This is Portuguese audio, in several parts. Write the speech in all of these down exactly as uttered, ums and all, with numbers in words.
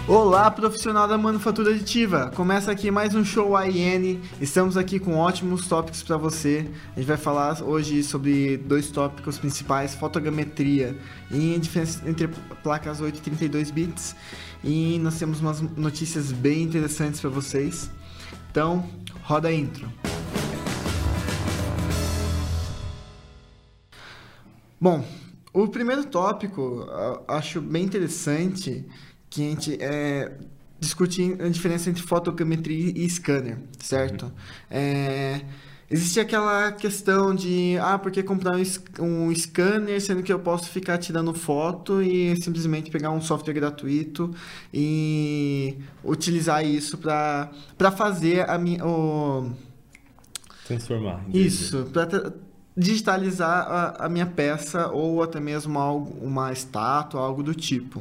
Olá, profissional da manufatura aditiva! Começa aqui mais um show A I N. Estamos aqui com ótimos tópicos para você. A gente vai falar hoje sobre dois tópicos principais: fotogrametria e diferença entre placas oito e trinta e dois bits. E nós temos umas notícias bem interessantes para vocês. Então, roda a intro. Bom, o primeiro tópico eu acho bem interessante, que a gente é, discute a diferença entre fotogrametria e scanner, certo? Uhum. É, existe aquela questão de, ah, por que comprar um, um scanner, sendo que eu posso ficar tirando foto e simplesmente pegar um software gratuito e utilizar isso para para fazer a minha... O... Transformar. Isso, para digitalizar a, a minha peça ou até mesmo algo, uma estátua, algo do tipo.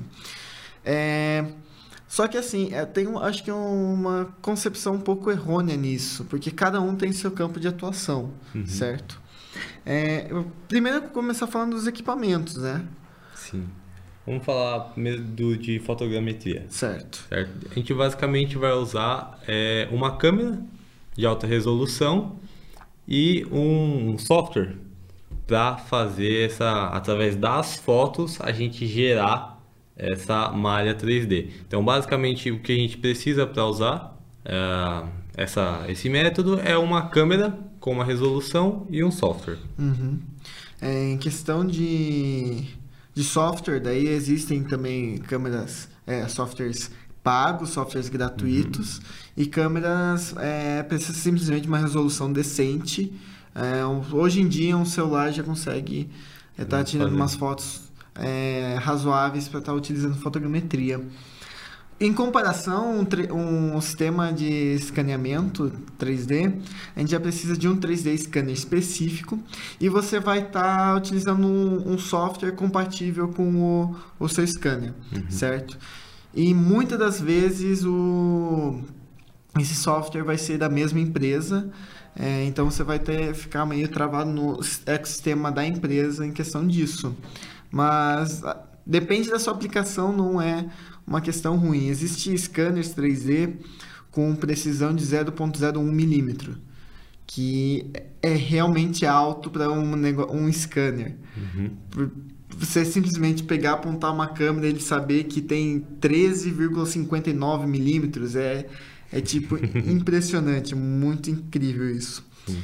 É, só que assim, é, tem acho que uma concepção um pouco errônea nisso, porque cada um tem seu campo de atuação, uhum. certo? É, eu, primeiro eu vou começar falando dos equipamentos, né? Sim. Vamos falar primeiro do, de fotogrametria. Certo. certo. A gente basicamente vai usar é, uma câmera de alta resolução e um software para fazer essa, através das fotos, a gente gerar essa malha três D. Então, basicamente, o que a gente precisa para usar é, essa, esse método é uma câmera com uma resolução e um software. Uhum. É, em questão de, de software, daí existem também câmeras, é, softwares pagos, softwares gratuitos, uhum. e câmeras é, precisam simplesmente de uma resolução decente. É, um, hoje em dia, um celular já consegue estar é, tá tirando fazer. umas fotos É, razoáveis para estar tá utilizando fotogrametria. Em comparação, um, um sistema de escaneamento três D, a gente já precisa de um três D scanner específico e você vai estar tá utilizando um, um software compatível com o, o seu scanner, uhum. certo? E muitas das vezes o, esse software vai ser da mesma empresa. É, então você vai ter ficar meio travado no ecossistema da empresa em questão disso. Mas depende da sua aplicação, não é uma questão ruim. Existem scanners três D com precisão de zero ponto zero um milímetro, que é realmente alto para um, um scanner. Uhum. Você simplesmente pegar, apontar uma câmera e ele saber que tem treze vírgula cinquenta e nove milímetros é, é tipo impressionante, muito incrível isso. Uhum.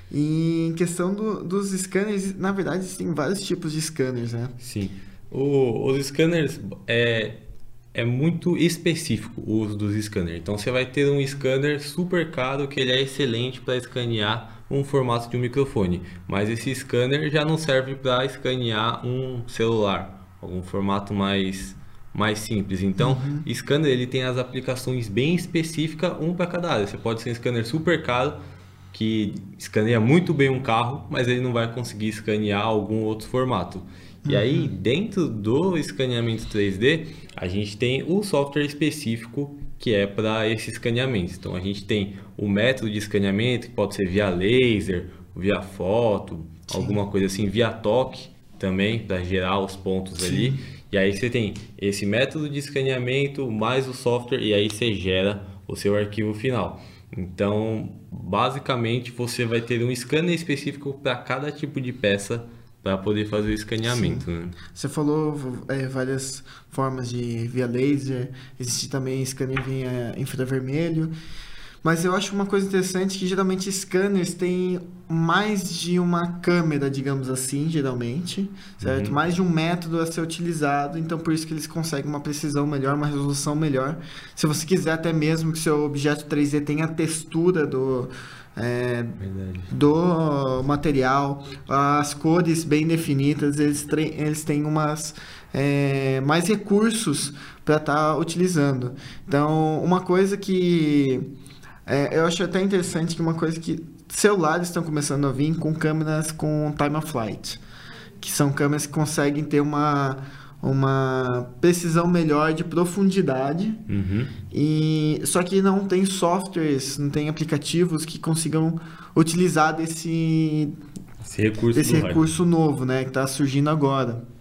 E em questão do, dos scanners, na verdade, existem vários tipos de scanners, né? Sim. O, os scanners, é, é muito específico o uso dos scanners. Então, você vai ter um scanner super caro que ele é excelente para escanear um formato de um microfone. Mas esse scanner já não serve para escanear um celular, algum formato mais, mais simples. Então, uhum. scanner ele tem as aplicações bem específicas, um para cada área. Você pode ser um scanner super caro, que escaneia muito bem um carro, mas ele não vai conseguir escanear algum outro formato. E uhum. aí, dentro do escaneamento três D, a gente tem o software específico que é para esse escaneamento. Então, a gente tem o método de escaneamento, que pode ser via laser, via foto, Sim. alguma coisa assim, via toque também, para gerar os pontos Sim. ali. E aí você tem esse método de escaneamento, mais o software, e aí você gera o seu arquivo final. Então, basicamente, você vai ter um scanner específico para cada tipo de peça para poder fazer o escaneamento. Né? Você falou é, várias formas de via laser, existe também scanner via infravermelho, mas eu acho uma coisa interessante que geralmente scanners têm mais de uma câmera, digamos assim, geralmente, certo? Uhum. Mais de um método a ser utilizado, então por isso que eles conseguem uma precisão melhor, uma resolução melhor. Se você quiser até mesmo que seu objeto três D tenha a textura do, é, do material, as cores bem definidas, eles, eles têm umas, é, mais recursos para estar tá utilizando. Então, uma coisa que É, eu acho até interessante que uma coisa que celulares estão começando a vir com câmeras com time of flight, que são câmeras que conseguem ter uma, uma precisão melhor de profundidade, uhum. e, só que não tem softwares, não tem aplicativos que consigam utilizar desse, esse recurso, desse recurso novo, né, que está surgindo agora.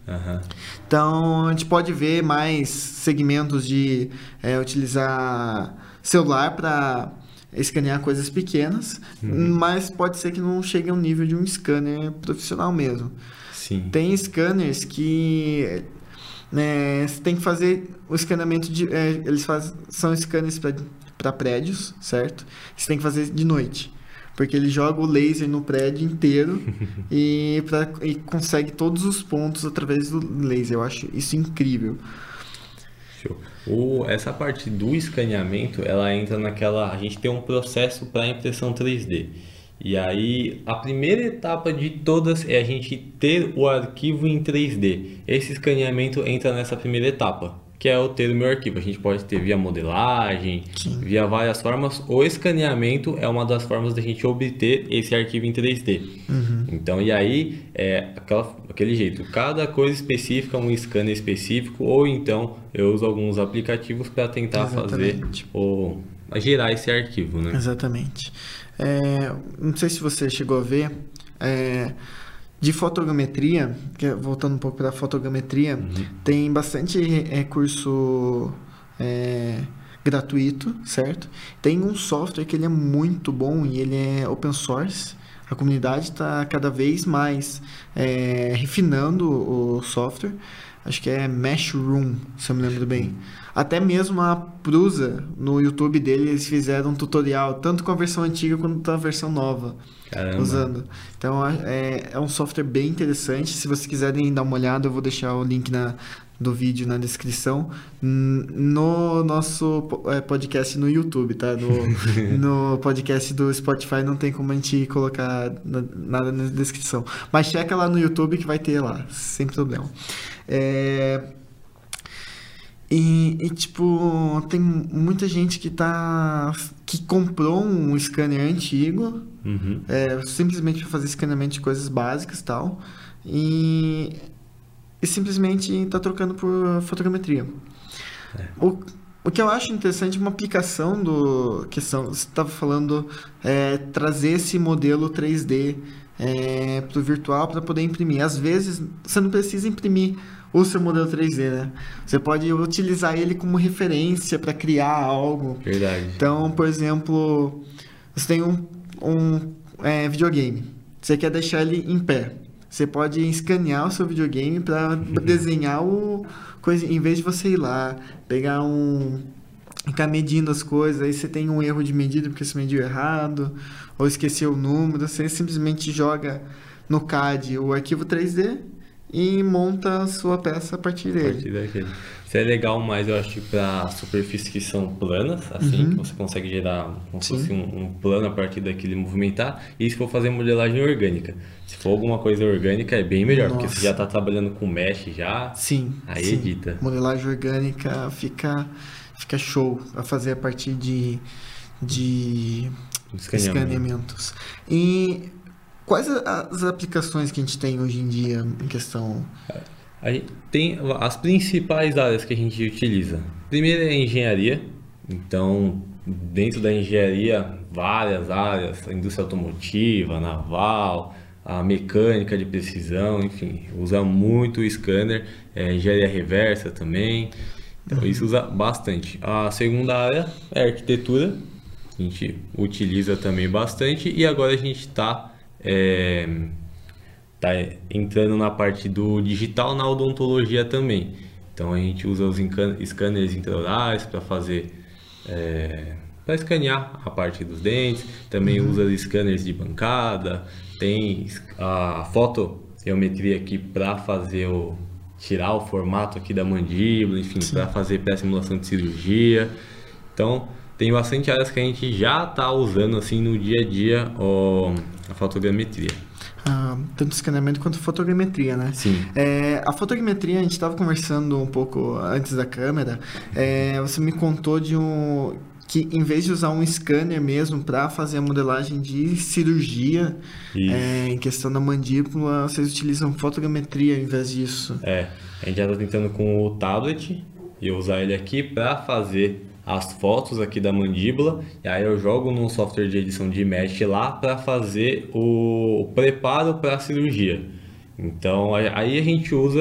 Aham. Então, a gente pode ver mais segmentos de é, utilizar celular para escanear coisas pequenas, mas pode ser que não chegue ao nível de um scanner profissional mesmo. Sim. Tem scanners que né, você tem que fazer o escaneamento de... é, eles faz, são scanners para prédios, certo? Você tem que fazer de noite. Porque ele joga o laser no prédio inteiro e, pra, e consegue todos os pontos através do laser. Eu acho isso incrível. Show. O, essa parte do escaneamento, ela entra naquela... A gente tem um processo para impressão três D. E aí, a primeira etapa de todas é a gente ter o arquivo em três D. Esse escaneamento entra nessa primeira etapa, que é o ter o meu arquivo. A gente pode ter via modelagem, Sim. via várias formas. O escaneamento é uma das formas da gente obter esse arquivo em três D. Uhum. Então, e aí, é aquela, aquele jeito. Cada coisa específica, um scanner específico, ou então eu uso alguns aplicativos para tentar Exatamente. fazer ou gerar esse arquivo, né? Exatamente. É, não sei se você chegou a ver... É, de fotogrametria, que é, voltando um pouco para a fotogrametria, uhum. tem bastante recurso é, gratuito, certo? Tem um software que ele é muito bom e ele é open source. A comunidade está cada vez mais é, refinando o software. Acho que é Meshroom, se eu me lembro bem. Até mesmo a Prusa, no YouTube dele, eles fizeram um tutorial, tanto com a versão antiga quanto com a versão nova. Caramba. Usando. Então, é, é um software bem interessante. Se vocês quiserem dar uma olhada, eu vou deixar o link na, do vídeo na descrição. No nosso podcast no YouTube, tá? No, no podcast do Spotify não tem como a gente colocar nada na descrição. Mas checa lá no YouTube que vai ter lá, sem problema. É... E, e, tipo, tem muita gente que tá... que comprou um scanner antigo, uhum. é, simplesmente para fazer escaneamento de coisas básicas e tal, e, e simplesmente tá trocando por fotogrametria. É. O, o que eu acho interessante é uma aplicação do... que são, você estava falando, é, trazer esse modelo três D é, para o virtual para poder imprimir. Às vezes, você não precisa imprimir o seu modelo três D, né? Você pode utilizar ele como referência para criar algo. Verdade. Então, por exemplo, você tem um, um é, videogame. Você quer deixar ele em pé. Você pode escanear o seu videogame para desenhar o coisa. Em vez de você ir lá, pegar um... ficar medindo as coisas, aí você tem um erro de medida porque você mediu errado, ou esqueceu o número, você simplesmente joga no C A D o arquivo três D e monta a sua peça a partir dele. A partir daquele. Isso é legal, mas eu acho que para superfícies que são planas, assim, uhum. que você consegue gerar como se fosse um, um plano a partir daquele movimentar, e se for fazer modelagem orgânica. Se for alguma coisa orgânica é bem melhor, Nossa. porque você já está trabalhando com mesh já, sim, aí sim. edita. Modelagem orgânica fica, fica show a fazer a partir de, de escaneamentos. E quais as aplicações que a gente tem hoje em dia em questão? A gente tem as principais áreas que a gente utiliza. Primeiro é a engenharia. Então, dentro da engenharia, várias áreas, a indústria automotiva, naval, a mecânica de precisão, enfim, usa muito o scanner, é, engenharia reversa também. Então, uhum. isso usa bastante. A segunda área é a arquitetura. A gente utiliza também bastante. E agora a gente está... É, tá entrando na parte do digital na odontologia também. Então a gente usa os scanners intraorais para fazer é, para escanear a parte dos dentes, também uhum. usa scanners de bancada, tem a fotogeometria aqui para fazer o tirar o formato aqui da mandíbula, enfim, para fazer pré-simulação de cirurgia. Então tem bastante áreas que a gente já está usando assim no dia a dia ó, a fotogrametria. Ah, tanto escaneamento quanto fotogrametria, né? Sim. É, a fotogrametria, a gente estava conversando um pouco antes da câmera, é, você me contou de um... que em vez de usar um scanner mesmo para fazer a modelagem de cirurgia, é, em questão da mandíbula, vocês utilizam fotogrametria ao invés disso. É, a gente já está tentando com o tablet e usar ele aqui para fazer as fotos aqui da mandíbula, e aí eu jogo num software de edição de mesh lá para fazer o preparo para a cirurgia. Então aí a gente usa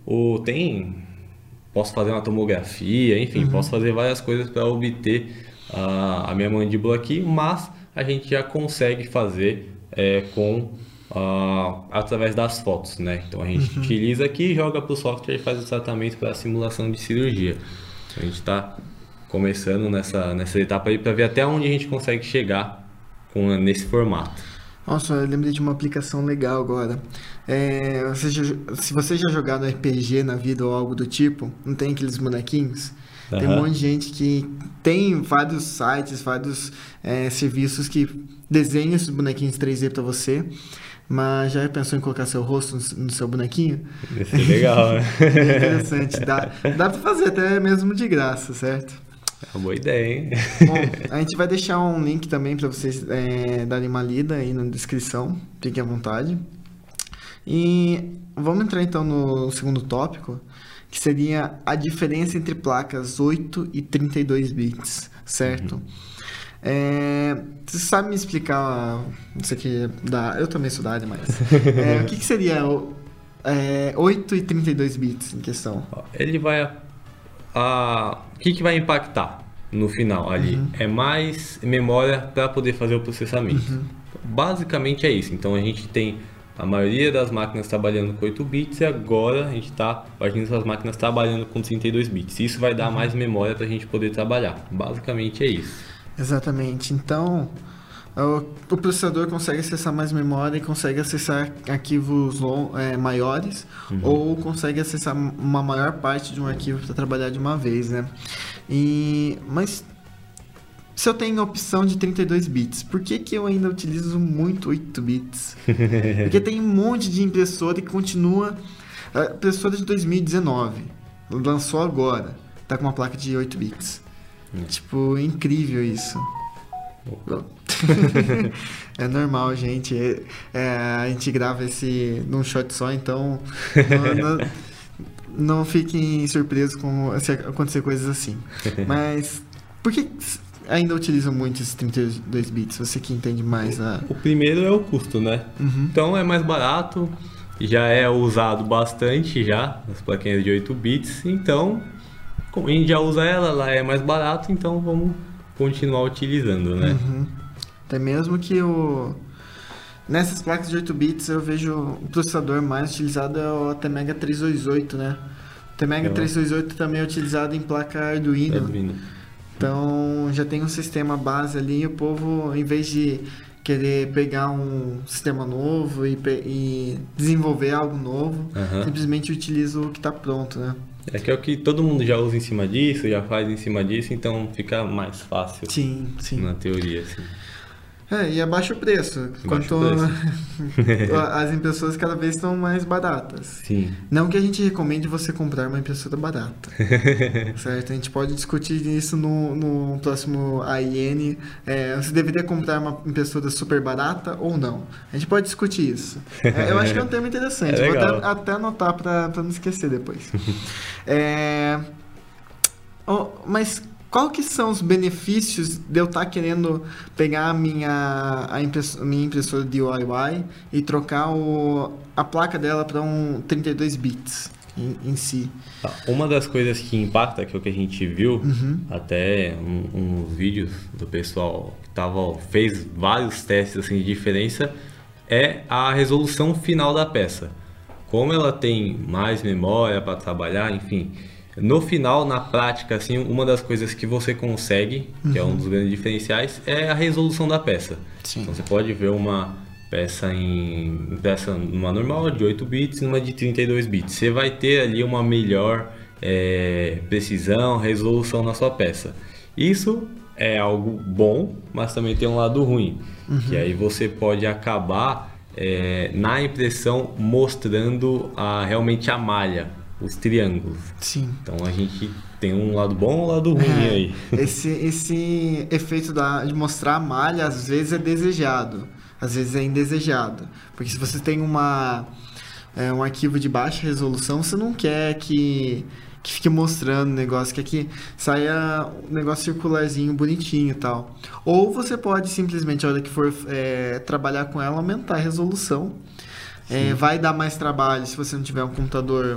o, tem, posso fazer uma tomografia, enfim, uhum. posso fazer várias coisas para obter a, a minha mandíbula aqui, mas a gente já consegue fazer é, com uh, através das fotos, né? Então a gente uhum. utiliza aqui, joga para o software e faz o tratamento para a simulação de cirurgia. A gente está começando nessa, nessa etapa aí para ver até onde a gente consegue chegar com, nesse formato. Nossa, eu lembrei de uma aplicação legal agora. É, você já, se você já jogar no R P G na vida ou algo do tipo, não tem aqueles bonequinhos? Uhum. Tem um monte de gente que tem vários sites, vários é, serviços que desenham esses bonequinhos três D para você, mas já pensou em colocar seu rosto no, no seu bonequinho? Isso é legal, né? É interessante. Dá, dá para fazer até mesmo de graça, certo? É uma boa ideia, hein? Bom, a gente vai deixar um link também para vocês é, darem uma lida aí na descrição. Fiquem à vontade. E vamos entrar então no segundo tópico, que seria a diferença entre placas oito e trinta e dois bits, certo? Uhum. É, você sabe me explicar, não sei o que, da, eu também sou da área, mas é, o que, que seria o, é, oito e trinta e dois bits em questão? Ele vai, a, a, o que, que vai impactar no final ali? Uhum. É mais memória para poder fazer o processamento. Uhum. Basicamente é isso. Então a gente tem a maioria das máquinas trabalhando com oito bits e agora a gente está partindo das máquinas trabalhando com trinta e dois bits. Isso vai dar uhum. mais memória para a gente poder trabalhar. Basicamente é isso. Exatamente. Então, o, o processador consegue acessar mais memória e consegue acessar arquivos long, é, maiores uhum. ou consegue acessar uma maior parte de um arquivo para trabalhar de uma vez, né? E, mas se eu tenho a opção de trinta e dois bits, por que, que eu ainda utilizo muito oito bits? Porque tem um monte de impressora que continua... A impressora de dois mil e dezenove, lançou agora, tá com uma placa de oito bits. Hum. Tipo, incrível isso. É normal, gente. É, é, a gente grava esse num shot só, então não, não, não fiquem surpresos com se acontecer coisas assim. Mas por que ainda utilizam muito esses trinta e dois bits? Você que entende mais a... O primeiro é o custo, né? Uhum. Então é mais barato, já é usado bastante já, as plaquinhas de oito bits, então como a gente já usa ela, ela é mais barato, então vamos continuar utilizando, né? Uhum. Até mesmo que o... Nessas placas de oito bits eu vejo o processador mais utilizado é o T Mega trezentos e vinte e oito, né? O T Mega trezentos e vinte e oito também é utilizado em placa Arduino. Arduino. Então já tem um sistema base ali e o povo, em vez de querer pegar um sistema novo e, e desenvolver algo novo, uhum. simplesmente utiliza o que está pronto, né? É que é o que todo mundo já usa em cima disso, já faz em cima disso, então fica mais fácil. Sim, sim. Na teoria, assim. É, e abaixa o preço. Quanto preço. As impressoras cada vez estão mais baratas. Sim. Não que a gente recomende você comprar uma impressora barata. Certo? A gente pode discutir isso no, no próximo A I N. É, você deveria comprar uma impressora super barata ou não? A gente pode discutir isso. É, eu acho que é um tema interessante. É Vou até, até anotar para não esquecer depois. é, oh, mas... Qual que são os benefícios de eu estar querendo pegar a minha, a impressora, minha impressora D I Y e trocar o, a placa dela para um trinta e dois bits em, em si? Uma das coisas que impacta, que é o que a gente viu, uhum. até um, uns vídeos do pessoal que tava, fez vários testes assim, de diferença, é a resolução final da peça. Como ela tem mais memória para trabalhar, enfim... No final, na prática, assim, uma das coisas que você consegue, que uhum. é um dos grandes diferenciais, é a resolução da peça. Sim. Então você pode ver uma peça em peça numa normal de oito bits e numa de trinta e dois bits. Você vai ter ali uma melhor é, precisão, resolução na sua peça. Isso é algo bom, mas também tem um lado ruim, uhum. que aí você pode acabar é, na impressão mostrando a, realmente a malha. Os triângulos. Sim. Então a gente tem um lado bom e um lado ruim é, aí. Esse, esse efeito da, de mostrar a malha às vezes é desejado, às vezes é indesejado. Porque se você tem uma, é, um arquivo de baixa resolução, você não quer que, que fique mostrando o negócio, quer que saia um negócio circularzinho, bonitinho e tal. Ou você pode simplesmente, a hora que for é, trabalhar com ela, aumentar a resolução. É, vai dar mais trabalho se você não tiver um computador...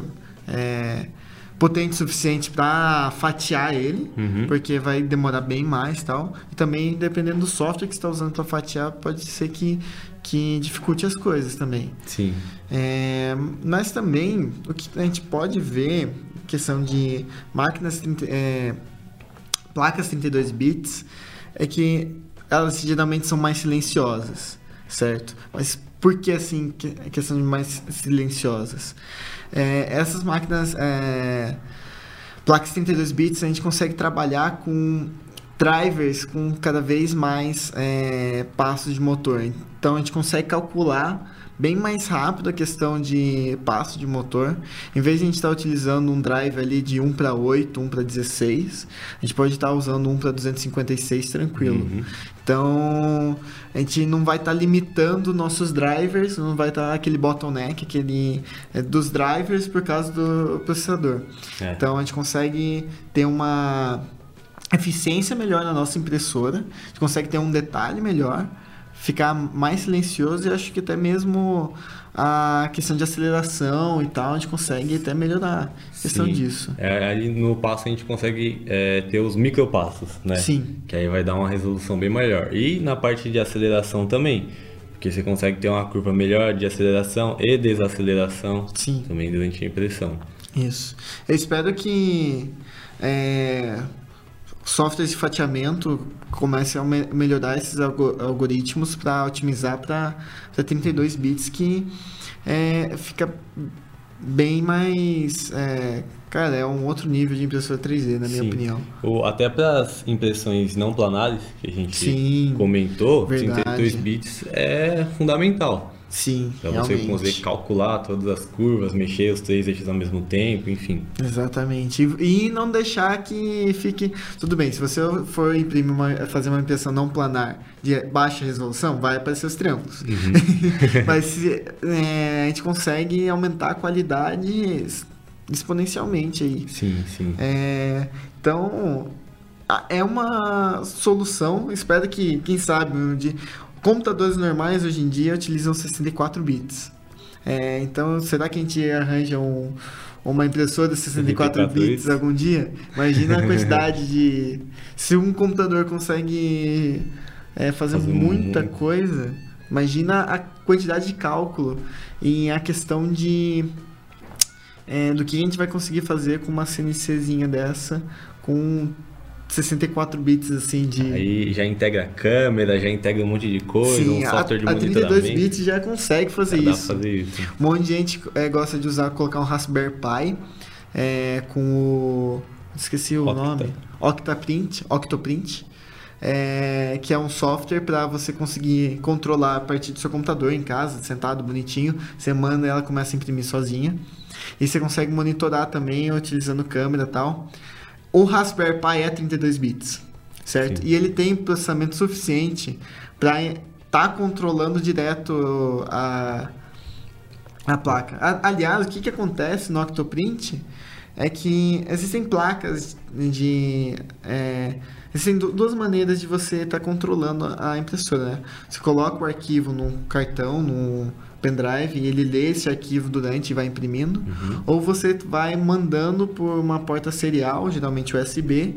é, potente o suficiente para fatiar ele, Uhum. porque vai demorar bem mais e tal. E também, dependendo do software que você está usando para fatiar, pode ser que, que dificulte as coisas também. Sim. É, mas também, o que a gente pode ver, questão de máquinas, é, placas trinta e dois bits, é que elas geralmente são mais silenciosas, certo? Mas por que assim, que- questão de mais silenciosas? É, essas máquinas, é, placas trinta e dois bits, a gente consegue trabalhar com drivers com cada vez mais é, passos de motor. Então a gente consegue calcular bem mais rápido a questão de passo de motor. Em vez de a gente estar utilizando um drive ali de um para oito, um para dezesseis, a gente pode estar usando um para duzentos e cinquenta e seis tranquilo. Uhum. Então, a gente não vai estar limitando nossos drivers, não vai estar aquele bottleneck, aquele é, dos drivers por causa do processador. É. Então, a gente consegue ter uma eficiência melhor na nossa impressora, a gente consegue ter um detalhe melhor, ficar mais silencioso e acho que até mesmo a questão de aceleração e tal, a gente consegue até melhorar a questão Sim. disso. É, ali no passo a gente consegue é, ter os micropassos, né? Sim. Que aí vai dar uma resolução bem melhor. E na parte de aceleração também, porque você consegue ter uma curva melhor de aceleração e desaceleração Sim. também durante a impressão. Isso. Eu espero que é, softwares de fatiamento comecem a me- melhorar esses algo- algoritmos para otimizar para trinta e dois bits, que é, fica bem mais... é, cara, é um outro nível de impressora três D, na minha Sim. opinião. Ou até para as impressões não planares, que a gente Sim, comentou, verdade. trinta e dois bits é fundamental. Sim, Para você realmente. conseguir calcular todas as curvas, mexer os três eixos ao mesmo tempo, enfim. Exatamente. E, e não deixar que fique... Tudo bem, se você for imprimir uma, fazer uma impressão não planar de baixa resolução, vai aparecer os triângulos. Mas se, é, a gente consegue aumentar a qualidade exponencialmente aí. Sim, sim. É, então, a- é uma solução. Espero que, quem sabe, um dia- computadores normais hoje em dia utilizam sessenta e quatro bits. É, então, será que a gente arranja um- uma impressora de sessenta e quatro sessenta e quatro bits bits? algum dia? Imagina a quantidade de... Se um computador consegue é, fazer Fazer muita muito. coisa, imagina a quantidade de cálculo e a questão de... é, do que a gente vai conseguir fazer com uma CNCzinha dessa, com sessenta e quatro bits, assim, de... Aí já integra câmera, já integra um monte de coisa, Sim, um a, software de a trinta e dois monitoramento. bits já consegue fazer Já dá isso. pra fazer isso. Um monte de gente é, gosta de usar, colocar um Raspberry Pi é, com o... Esqueci o Octa. nome. Octaprint, Octoprint. É, que é um software para você conseguir controlar a partir do seu computador em casa, sentado, bonitinho. Você manda e ela começa a imprimir sozinha. E você consegue monitorar também utilizando câmera e tal. O Raspberry Pi é trinta e dois bits, certo? Sim. E ele tem processamento suficiente para estar tá controlando direto a, a placa. A- aliás, o que, que acontece no Octoprint é que existem placas de... é, existem du- duas maneiras de você estar controlando a impressora, né? Você coloca o arquivo num cartão, num pendrive, e ele lê esse arquivo durante e vai imprimindo. Uhum. Ou você vai mandando por uma porta serial, geralmente U S B,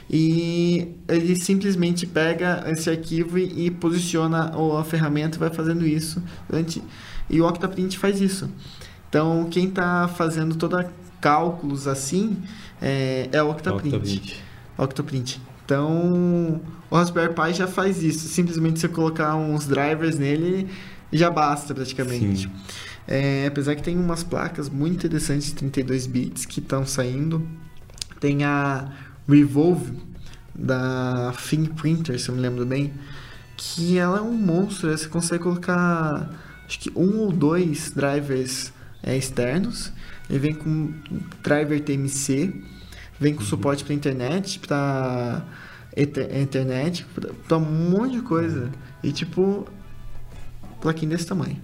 e ele simplesmente pega esse arquivo e, e posiciona o- a ferramenta e vai fazendo isso durante... E o Octaprint faz isso. Então, quem está fazendo toda cálculos assim é, é o Octaprint. Octoprint. Octoprint. Então, o Raspberry Pi já faz isso. Simplesmente você colocar uns drivers nele já basta praticamente. Sim. É, apesar que tem umas placas muito interessantes de trinta e dois bits que estão saindo. Tem a Revolve da Fingerprinter, se eu me lembro bem, que ela é um monstro. Você consegue colocar acho que um ou dois drivers é, externos. Ele vem com driver T M C, vem com suporte para internet, para internet, para um monte de coisa. E tipo, plaquinha desse tamanho.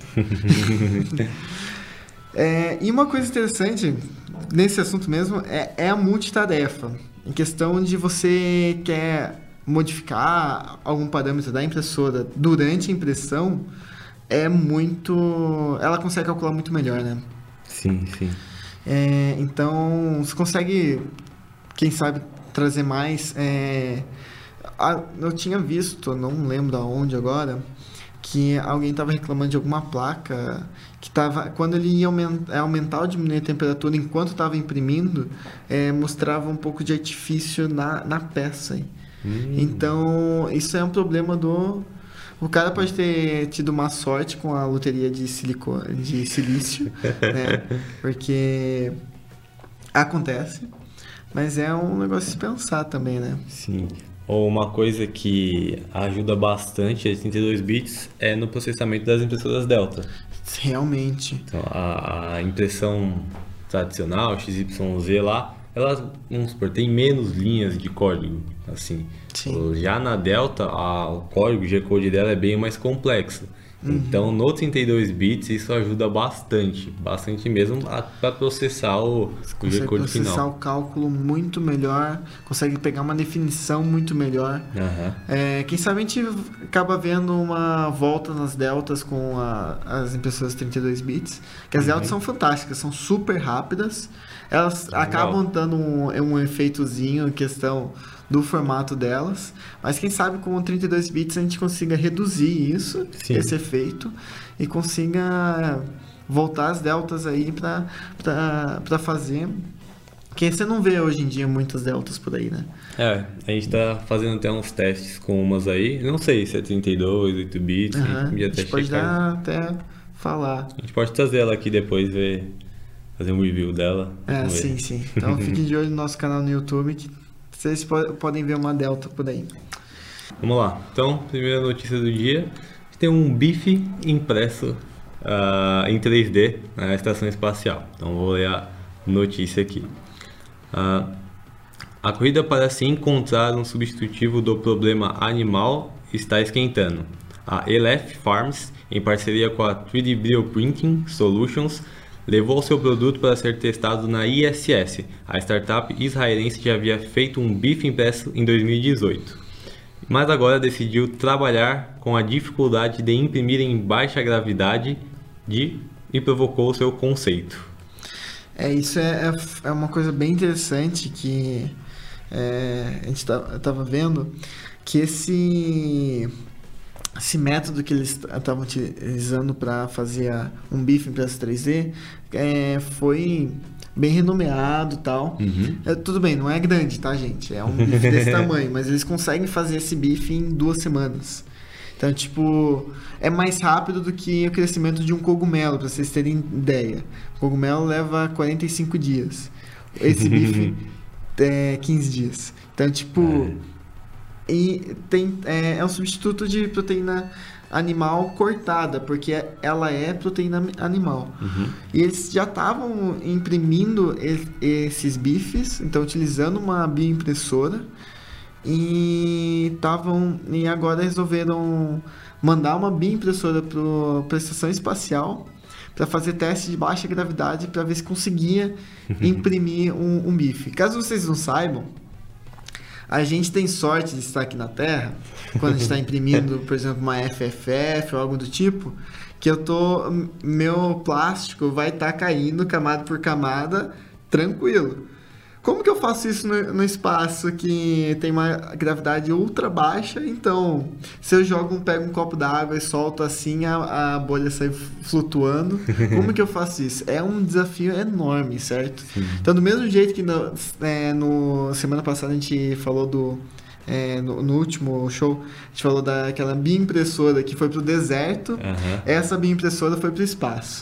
É, e uma coisa interessante nesse assunto mesmo é, é a multitarefa. Em questão de você quer modificar algum parâmetro da impressora durante a impressão, é muito... Ela consegue calcular muito melhor, né? Sim, sim. É, então, você consegue, quem sabe, trazer mais... É, a, eu tinha visto, não lembro aonde agora, que alguém estava reclamando de alguma placa que estava, quando ele ia aumentar, aumentar ou diminuir a temperatura enquanto estava imprimindo, é, mostrava um pouco de artifício na, na peça. Hum. Então, isso é um problema do... O cara pode ter tido uma sorte com a loteria de, silico, de silício, né? Porque acontece, mas é um negócio de se pensar também, né? Sim. Ou uma coisa que ajuda bastante a trinta e dois bits é no processamento das impressoras Delta. Realmente. Então, a, a impressão tradicional, X Y Z lá, ela, vamos supor, tem menos linhas de código, assim. Sim. Já na Delta, a, o código, o G-code dela é bem mais complexo. Uhum. Então, no trinta e dois bits, isso ajuda bastante, bastante mesmo para processar o, o G-code final. Processar o cálculo muito melhor, consegue pegar uma definição muito melhor. Uhum. É, quem sabe a gente acaba vendo uma volta nas deltas com a, as impressoras trinta e dois bits, que as uhum. deltas são fantásticas, são super rápidas, elas Legal. acabam dando um, um efeitozinho em questão do formato delas, mas quem sabe com trinta e dois bits a gente consiga reduzir isso, Sim. esse efeito, e consiga voltar as deltas aí para fazer, que você não vê hoje em dia muitas deltas por aí, né? É, a gente tá fazendo até uns testes com umas aí, não sei se é trinta e dois, oito bits, uhum. a gente, a gente pode dar até falar. A gente pode trazer ela aqui depois, ver, fazer um review dela. É, sim, sim. Então fiquem de olho no nosso canal no YouTube, que vocês podem ver uma delta por aí. Vamos lá. Então, primeira notícia do dia. Tem um bife impresso uh, em três D na estação espacial. Então, vou ler a notícia aqui. Uh, a corrida para se encontrar um substitutivo do problema animal está esquentando. A Elef Farms, em parceria com a três D Bioprinting Solutions, levou seu produto para ser testado na I S S. A startup israelense já havia feito um bife impresso em dois mil e dezoito, mas agora decidiu trabalhar com a dificuldade de imprimir em baixa gravidade de, e provocou o seu conceito. É, isso é, é uma coisa bem interessante que é, a gente estava vendo, que esse... Esse método que eles estavam utilizando para fazer um bife impresso três D é, foi bem renomeado e tal. Uhum. É, tudo bem, não é grande, tá, gente? É um bife desse tamanho, mas eles conseguem fazer esse bife em duas semanas. Então, tipo, é mais rápido do que o crescimento de um cogumelo, para vocês terem ideia. O cogumelo leva quarenta e cinco dias. Esse bife é quinze dias. Então, tipo... É. E tem, é, é um substituto de proteína animal cortada, porque ela é proteína animal. Uhum. E eles já estavam imprimindo esses bifes, então utilizando uma bioimpressora, e estavam e agora resolveram mandar uma bioimpressora para a estação espacial para fazer teste de baixa gravidade para ver se conseguia imprimir um, um bife. Caso vocês não saibam, a gente tem sorte de estar aqui na Terra, quando a gente está imprimindo, por exemplo, uma F F F ou algo do tipo, que eu tô, meu plástico vai estar tá caindo camada por camada, tranquilo. Como que eu faço isso no, no espaço que tem uma gravidade ultra baixa? Então, se eu jogo, pego um copo d'água e solto assim, a, a bolha sai flutuando. Como que eu faço isso? É um desafio enorme, certo? Sim. Então, do mesmo jeito que no, é, no semana passada a gente falou do... É, no, no último show, a gente falou daquela bioimpressora que foi pro deserto. Uhum. Essa bioimpressora foi pro espaço.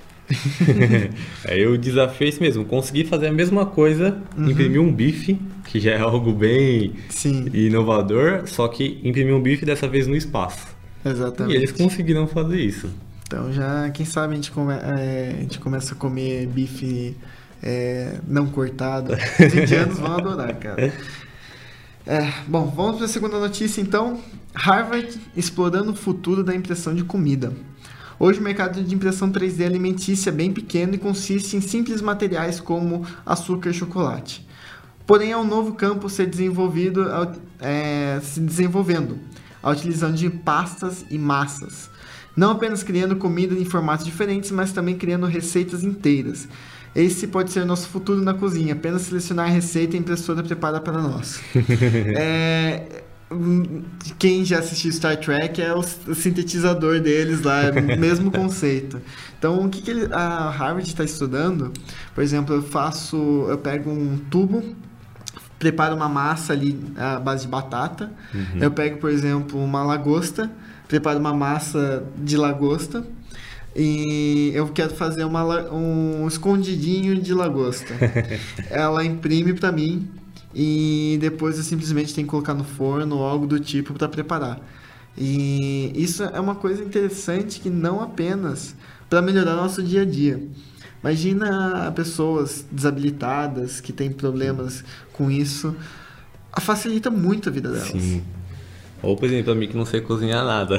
Aí o desafio é esse mesmo, conseguir fazer a mesma coisa, uhum. imprimir um bife, que já é algo bem Sim. inovador, só que imprimir um bife dessa vez no espaço. Exatamente. E eles conseguiram fazer isso. Então já, quem sabe a gente, come, é, a gente começa a comer bife é, não cortado. Os indianos vão adorar, cara. É, bom, vamos para a segunda notícia então. Harvard explorando o futuro da impressão de comida. Hoje o mercado de impressão três D alimentícia é bem pequeno e consiste em simples materiais como açúcar e chocolate. Porém, é um novo campo ser desenvolvido, é, se desenvolvendo, a utilização de pastas e massas. Não apenas criando comida em formatos diferentes, mas também criando receitas inteiras. Esse pode ser o nosso futuro na cozinha. Apenas selecionar a receita e a impressora prepara para nós. é... Quem já assistiu Star Trek é o sintetizador deles lá, é o mesmo conceito. Então, o que, que ele, a Harvard está estudando? Por exemplo, eu faço, eu pego um tubo, preparo uma massa ali à base de batata. Uhum. Eu pego, por exemplo, uma lagosta, preparo uma massa de lagosta. E eu quero fazer uma, um escondidinho de lagosta. Ela imprime para mim. E depois eu simplesmente tenho que colocar no forno ou algo do tipo para preparar. E isso é uma coisa interessante que não apenas para melhorar nosso dia a dia. Imagina pessoas desabilitadas que têm problemas com isso. Facilita muito a vida delas. Sim. Ou, por exemplo, a mim que não sei cozinhar nada.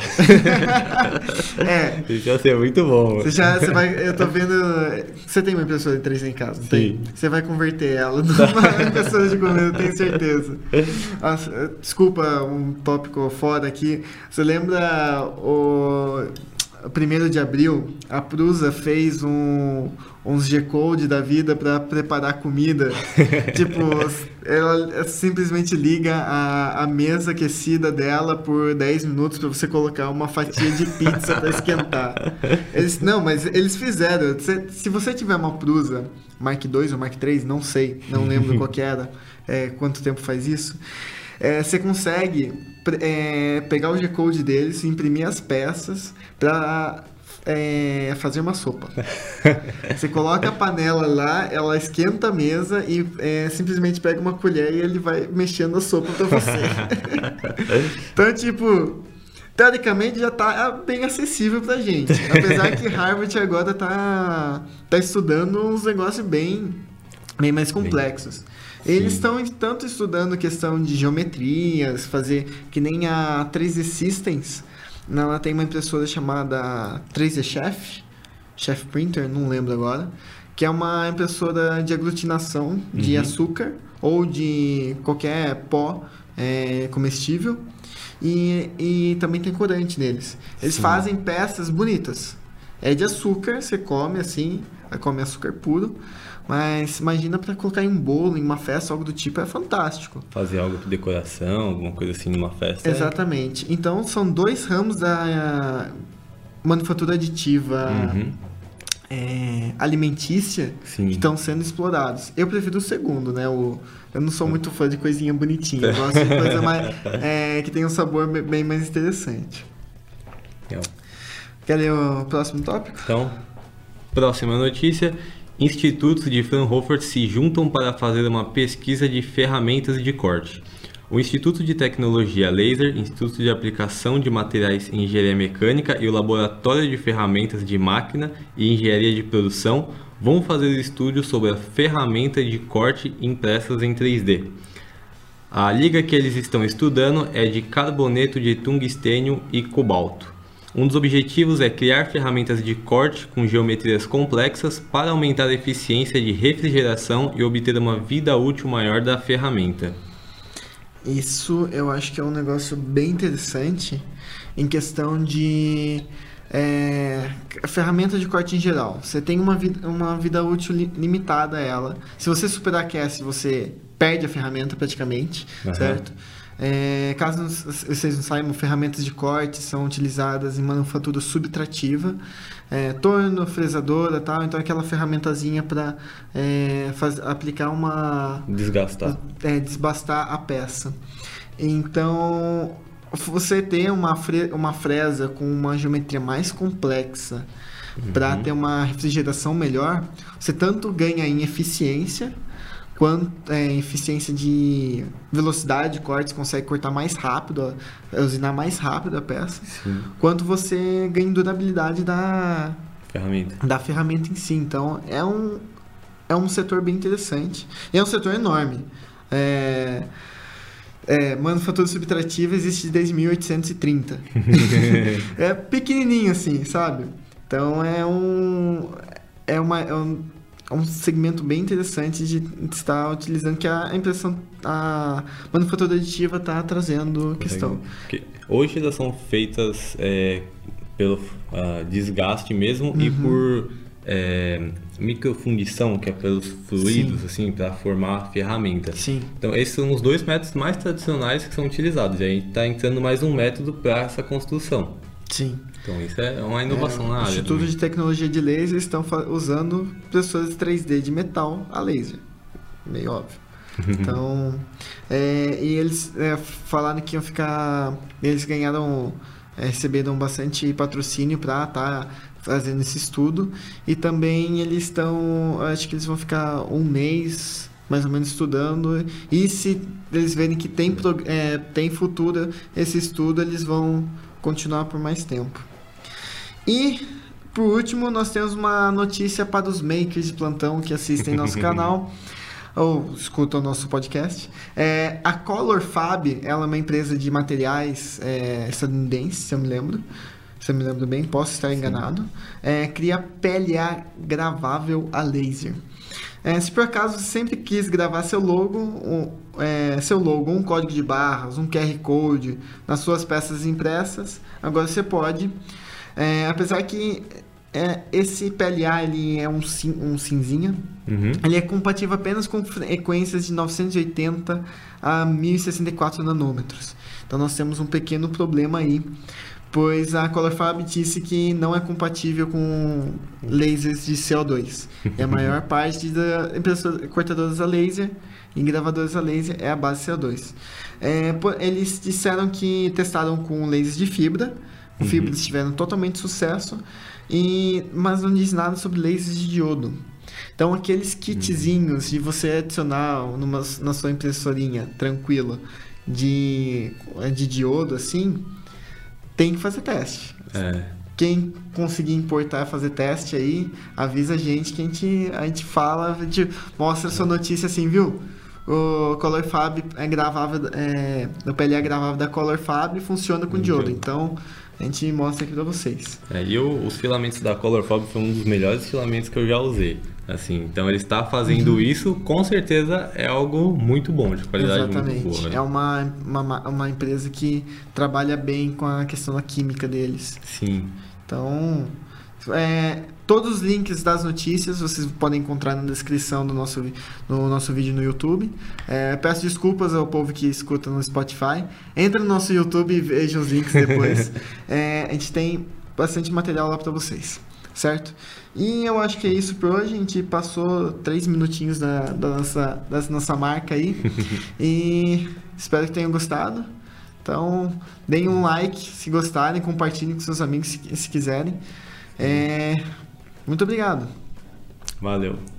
É. Isso já é muito bom. Você já, você vai, eu tô vendo... Você tem uma impressora de três D em casa, não tem? Você vai converter ela numa impressora de comida, eu tenho certeza. Nossa, desculpa um tópico fora aqui. Você lembra o... primeiro de abril, a Prusa fez um, uns G-Code da vida para preparar comida. Tipo, ela simplesmente liga a, a mesa aquecida dela por dez minutos para você colocar uma fatia de pizza para esquentar. Eles, não, mas eles fizeram. Se, se você tiver uma Prusa Mark dois ou Mark três, não sei, não lembro qual que era, é, quanto tempo faz isso. É, você consegue é, pegar o G-Code deles, imprimir as peças para é, fazer uma sopa. Você coloca a panela lá, ela esquenta a mesa e é, simplesmente pega uma colher e ele vai mexendo a sopa para você. Então, tipo, teoricamente já está bem acessível pra gente. Apesar que Harvard agora está tá estudando uns negócios bem, bem mais complexos. Eles estão tanto estudando questão de geometrias, fazer que nem a três D Systems. Ela tem uma impressora chamada três D Chef, Chef Printer, não lembro agora, que é uma impressora de aglutinação de uhum. açúcar ou de qualquer pó é, comestível. E, e também tem corante neles. Eles Sim. fazem peças bonitas. É de açúcar, você come assim, come açúcar puro. Mas imagina para colocar em um bolo, em uma festa, algo do tipo, é fantástico. Fazer algo de decoração, alguma coisa assim numa festa. Exatamente. É... Então, são dois ramos da manufatura aditiva uhum. é, alimentícia Sim. que estão sendo explorados. Eu prefiro o segundo, né? O, eu não sou muito fã de coisinha bonitinha. Eu gosto de coisa mais, é, que tem um sabor bem mais interessante. Legal. Quer ler o próximo tópico? Então, próxima notícia... Institutos de Fraunhofer se juntam para fazer uma pesquisa de ferramentas de corte. O Instituto de Tecnologia Laser, Instituto de Aplicação de Materiais em Engenharia Mecânica e o Laboratório de Ferramentas de Máquina e Engenharia de Produção vão fazer estudos sobre a ferramenta de corte impressas em três D. A liga que eles estão estudando é de carboneto de tungstênio e cobalto. Um dos objetivos é criar ferramentas de corte com geometrias complexas para aumentar a eficiência de refrigeração e obter uma vida útil maior da ferramenta. Isso eu acho que é um negócio bem interessante em questão de é, ferramenta de corte em geral. Você tem uma vida, uma vida útil li, limitada a ela. Se você superaquece, você perde a ferramenta praticamente, uhum. certo? É, caso vocês não saibam, ferramentas de corte são utilizadas em manufatura subtrativa, é, torno, fresadora, tal. Então aquela ferramentazinha para é, aplicar uma desgastar, é, desbastar a peça. Então você ter uma, fre, uma fresa com uma geometria mais complexa uhum. para ter uma refrigeração melhor, você tanto ganha em eficiência quanto é, eficiência de velocidade de corte, você consegue cortar mais rápido, usinar mais rápido a peça, Sim. quanto você ganha em durabilidade da ferramenta. da ferramenta em si. Então, é um, é um setor bem interessante. E é um setor enorme. É, é, manufatura subtrativa existe desde mil oitocentos e trinta. É pequenininho assim, sabe? Então, é um... É uma... É um, É um segmento bem interessante de estar utilizando, que a impressão, a manufatura aditiva está trazendo questão. Hoje elas são feitas é, pelo uh, desgaste mesmo uhum. e por é, microfundição, que é pelos fluidos, Sim. assim, para formar ferramentas. Sim. Então, esses são os dois métodos mais tradicionais que são utilizados. E aí está entrando mais um método para essa construção. Sim. Então, isso é uma inovação É, na o área. Instituto também. de Tecnologia de Laser estão fa- usando impressoras três D de metal a laser. Meio óbvio. Então, é, e eles é, falaram que iam ficar. Eles ganharam, é, receberam bastante patrocínio para estar fazendo esse estudo. E também eles estão. Acho que eles vão ficar um mês mais ou menos estudando. E se eles verem que tem, prog- é, tem futuro esse estudo, eles vão continuar por mais tempo. E, por último, nós temos uma notícia para os makers de plantão que assistem nosso canal ou escutam o nosso podcast. É, a Color Fab, ela é uma empresa de materiais é, estadunidense, se eu me lembro. Se eu me lembro bem, posso estar enganado. É, cria P L A gravável a laser. É, se por acaso você sempre quis gravar seu logo, um, é, seu logo, um código de barras, um Q R Code nas suas peças impressas, agora você pode. É, apesar que é, esse P L A ele é um, cin, um cinzinha, Uhum. ele é compatível apenas com frequências de novecentos e oitenta a mil e sessenta e quatro nanômetros. Então nós temos um pequeno problema aí, pois a ColorFab disse que não é compatível com lasers de C O dois. E a maior parte da impressora, cortadoras a laser e gravadoras a laser é a base C O dois. É, eles disseram que testaram com lasers de fibra, com Uhum. fibra eles tiveram totalmente sucesso, e, mas não diz nada sobre lasers de diodo. Então aqueles kitzinhos de você adicionar numa, na sua impressorinha tranquila de, de diodo assim, tem que fazer teste. É. Quem conseguir importar e fazer teste aí, avisa a gente que a gente, a gente fala, a gente mostra a sua notícia assim, viu? O ColorFab é gravável, é, o P L A gravável da ColorFab funciona com Entendi. diodo. Então a gente mostra aqui pra vocês. É, e o- os filamentos da ColorFab foi um dos melhores filamentos que eu já usei. Assim, então ele está fazendo Uhum. isso, com certeza é algo muito bom, de qualidade Exatamente. muito boa. Né? É uma, uma, uma empresa que trabalha bem com a questão da química deles. Sim. Então, é, todos os links das notícias vocês podem encontrar na descrição do nosso, vi- no nosso vídeo no YouTube. É, peço desculpas ao povo que escuta no Spotify. Entra no nosso YouTube e veja os links depois. É, a gente tem bastante material lá para vocês, certo? E eu acho que é isso por hoje. A gente passou três minutinhos da, da, nossa, da nossa marca aí. E espero que tenham gostado. Então, deem um like se gostarem, compartilhem com seus amigos se, se quiserem. É, muito obrigado. Valeu.